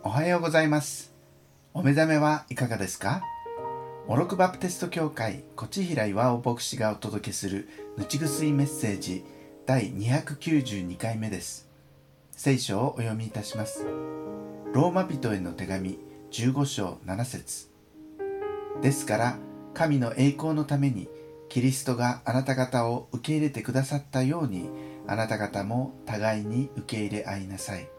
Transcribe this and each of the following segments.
おはようございます。お目覚めはいかがですか？モロクバプテスト教会越平岩尾牧師がお届けするぬちぐすいメッセージ第292回目です。聖書をお読みいたします。ローマ人への手紙15章7節。ですから神の栄光のためにキリストがあなた方を受け入れてくださったように、あなた方も互いに受け入れ合いなさい。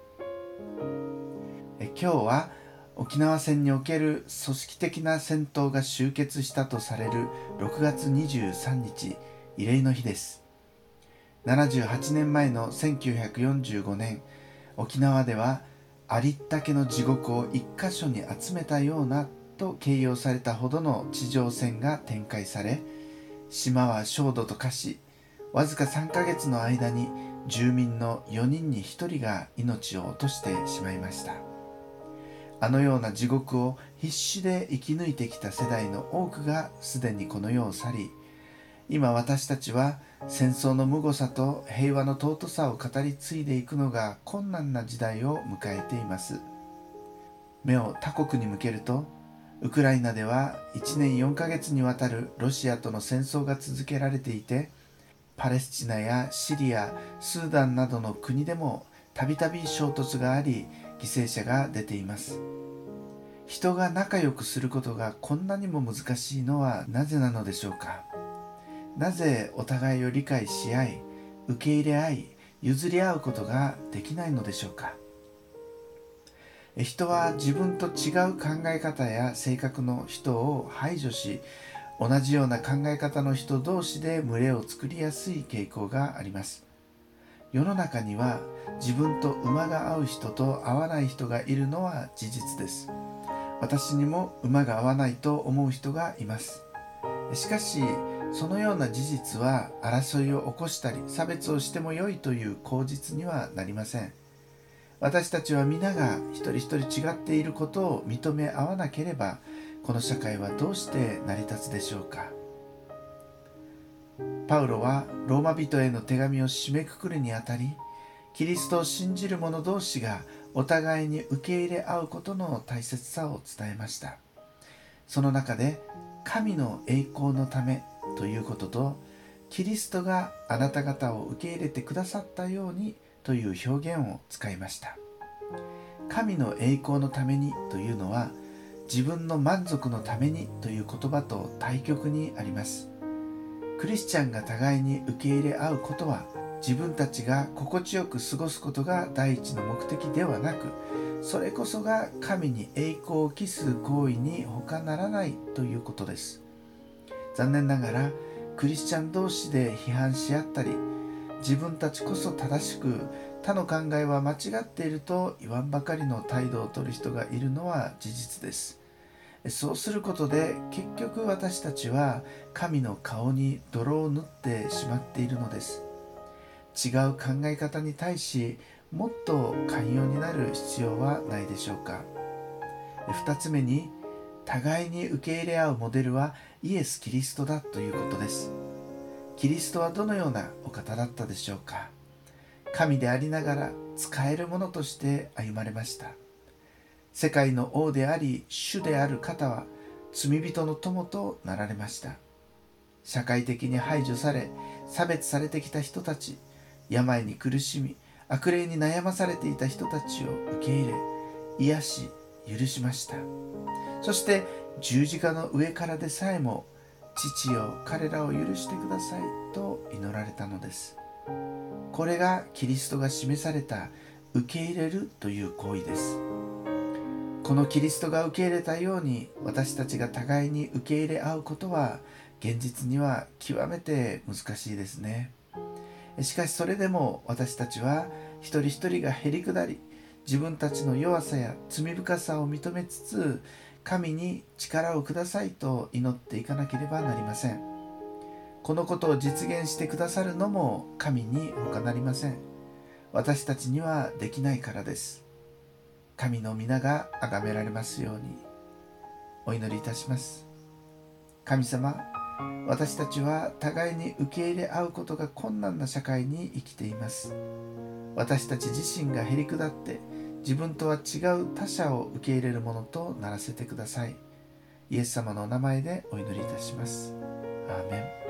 今日は沖縄戦における組織的な戦闘が終結したとされる6月23日、慰霊の日です。78年前の1945年、沖縄ではありったけの地獄を一箇所に集めたようなと形容されたほどの地上戦が展開され、島は焦土と化し、わずか3ヶ月の間に住民の4人に1人が命を落としてしまいました。あのような地獄を必死で生き抜いてきた世代の多くがすでにこの世を去り、今私たちは戦争の無誤さと平和の尊さを語り継いでいくのが困難な時代を迎えています。目を他国に向けると、ウクライナでは1年4ヶ月にわたるロシアとの戦争が続けられていて、パレスチナやシリア、スーダンなどの国でもたびたび衝突があり、犠牲者が出ています。人が仲良くすることがこんなにも難しいのはなぜなのでしょうか。なぜお互いを理解し合い、受け入れ合い、譲り合うことができないのでしょうか。人は自分と違う考え方や性格の人を排除し、同じような考え方の人同士で群れを作りやすい傾向があります。世の中には自分と馬が合う人と合わない人がいるのは事実です。私にも馬が合わないと思う人がいます。しかしそのような事実は争いを起こしたり差別をしても良いという口実にはなりません。私たちは皆が一人一人違っていることを認め合わなければ、この社会はどうして成り立つでしょうか。パウロはローマ人への手紙を締めくくるにあたり、キリストを信じる者同士がお互いに受け入れ合うことの大切さを伝えました。その中で神の栄光のためということと、キリストがあなた方を受け入れてくださったようにという表現を使いました。神の栄光のためにというのは、自分の満足のためにという言葉と対極にあります。クリスチャンが互いに受け入れ合うことは、自分たちが心地よく過ごすことが第一の目的ではなく、それこそが神に栄光を期す行為に他ならないということです。残念ながらクリスチャン同士で批判し合ったり、自分たちこそ正しく他の考えは間違っていると言わんばかりの態度を取る人がいるのは事実です。そうすることで結局私たちは神の顔に泥を塗ってしまっているのです。違う考え方に対しもっと寛容になる必要はないでしょうか。2つ目に、互いに受け入れ合うモデルはイエス・キリストだということです。キリストはどのようなお方だったでしょうか。神でありながら使えるものとして歩まれました。世界の王であり主である方は罪人の友となられました。社会的に排除され差別されてきた人たち、病に苦しみ悪霊に悩まされていた人たちを受け入れ癒し許しました。そして十字架の上からでさえも、父よ彼らを許してくださいと祈られたのです。これがキリストが示された受け入れるという行為です。このキリストが受け入れたように私たちが互いに受け入れ合うことは現実には極めて難しいですね。しかしそれでも私たちは一人一人がへりくだり、自分たちの弱さや罪深さを認めつつ、神に力をくださいと祈っていかなければなりません。このことを実現してくださるのも神に他なりません。私たちにはできないからです。神の皆が崇められますように。お祈りいたします。神様、私たちは互いに受け入れ合うことが困難な社会に生きています。私たち自身がへりくだって自分とは違う他者を受け入れるものとならせてください。イエス様のお名前でお祈りいたします。アーメン。